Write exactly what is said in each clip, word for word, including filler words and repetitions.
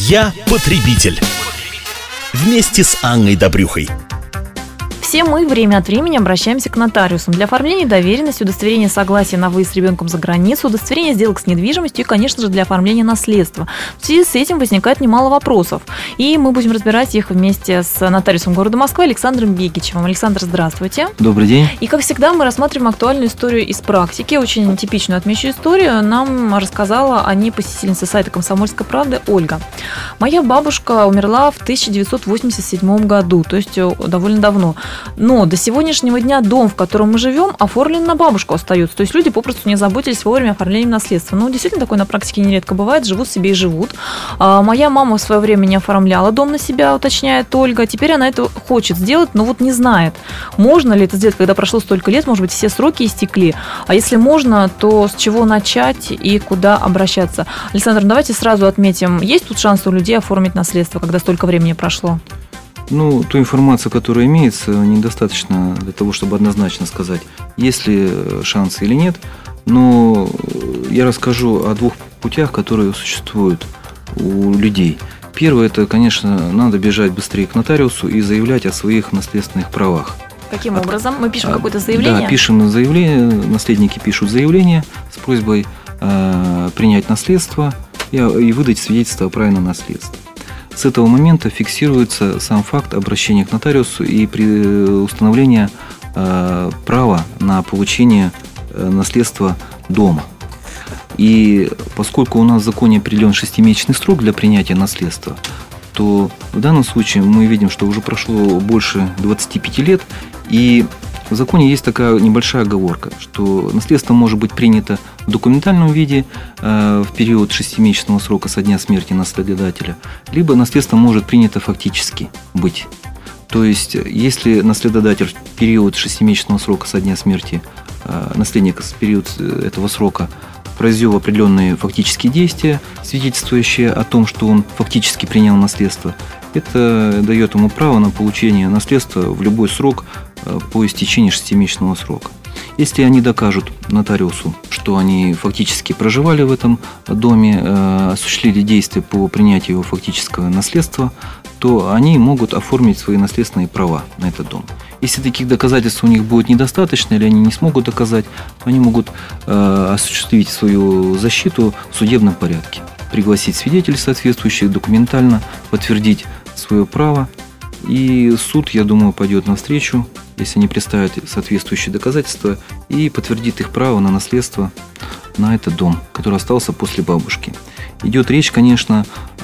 Я потребитель. Вместе с Анной Добрюхой. Все мы время от времени обращаемся к нотариусам для оформления доверенности, удостоверения согласия на выезд с ребенком за границу, удостоверения сделок с недвижимостью и, конечно же, для оформления наследства. В связи с этим возникает немало вопросов. И мы будем разбирать их вместе с нотариусом города Москвы Александром Бегичевым. Александр, здравствуйте. Добрый день. И, как всегда, мы рассматриваем актуальную историю из практики. Очень типичную, отмечу историю. Нам рассказала о ней посетительница сайта «Комсомольской правды» Ольга. Моя бабушка умерла в тысяча девятьсот восемьдесят седьмом году, то есть довольно давно. Но до сегодняшнего дня дом, в котором мы живем, оформлен на бабушку остается. То есть люди попросту не заботились вовремя оформлением наследства. Ну, действительно, такое на практике нередко бывает. Живут себе и живут. А моя мама в свое время не оформляла дом на себя, уточняет Ольга. Теперь она это хочет сделать, но вот не знает, можно ли это сделать, когда прошло столько лет. Может быть, все сроки истекли. А если можно, то с чего начать и куда обращаться? Александр, давайте сразу отметим, есть тут шанс у людей оформить наследство, когда столько времени прошло? Ну, ту информацию, которая имеется, недостаточно для того, чтобы однозначно сказать, есть ли шансы или нет. Но я расскажу о двух путях, которые существуют у людей. Первое, это, конечно, надо бежать быстрее к нотариусу и заявлять о своих наследственных правах. Каким образом? Мы пишем какое-то заявление? Да, пишем заявление, наследники пишут заявление с просьбой э, принять наследство и, и выдать свидетельство о праве на наследство. С этого момента фиксируется сам факт обращения к нотариусу и при установления э, права на получение э, наследства дома. И поскольку у нас в законе определен шестимесячный срок для принятия наследства, то в данном случае мы видим, что уже прошло больше двадцати пяти лет, и в законе есть такая небольшая оговорка, что наследство может быть принято в документальном виде э, в период шестимесячного срока со дня смерти наследодателя, либо наследство может принято фактически быть. То есть, если наследодатель в период шестимесячного срока со дня смерти э, наследника в период этого срока произвел определенные фактические действия, свидетельствующие о том, что он фактически принял наследство, это дает ему право на получение наследства в любой срок по истечении шестимесячного срока. Если они докажут нотариусу, что они фактически проживали в этом доме, осуществили действия по принятию его фактического наследства, то они могут оформить свои наследственные права на этот дом. Если таких доказательств у них будет недостаточно, или они не смогут доказать, они могут осуществить свою защиту в судебном порядке, пригласить свидетелей соответствующих, документально подтвердить свое право. И суд, я думаю, пойдет навстречу, если они представят соответствующие доказательства, и подтвердит их право на наследство на этот дом, который остался после бабушки. Идет речь, конечно,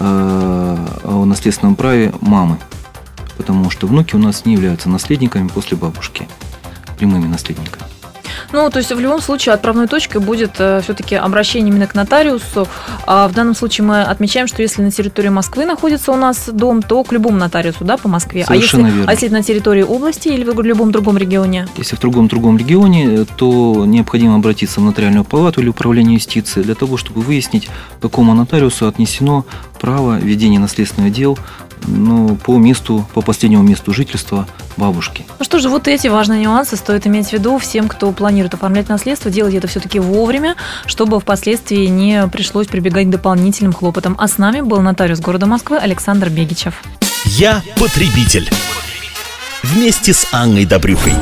о наследственном праве мамы, потому что внуки у нас не являются наследниками после бабушки, прямыми наследниками. Ну, то есть в любом случае отправной точкой будет э, все-таки обращение именно к нотариусу. А в данном случае мы отмечаем, что если на территории Москвы находится у нас дом, то к любому нотариусу, да, по Москве. Совершенно а если, верно. А если на территории области или в любом другом регионе? Если в другом другом регионе, то необходимо обратиться в нотариальную палату или управление юстиции для того, чтобы выяснить, к какому нотариусу отнесено право ведения наследственных дел, ну, по месту, по последнему месту жительства бабушки. Ну что же, вот эти важные нюансы стоит иметь в виду всем, кто планирует оформлять наследство, делать это все-таки вовремя, чтобы впоследствии не пришлось прибегать к дополнительным хлопотам. А с нами был нотариус города Москвы Александр Бегичев. Я потребитель. Вместе с Анной Добрюхой.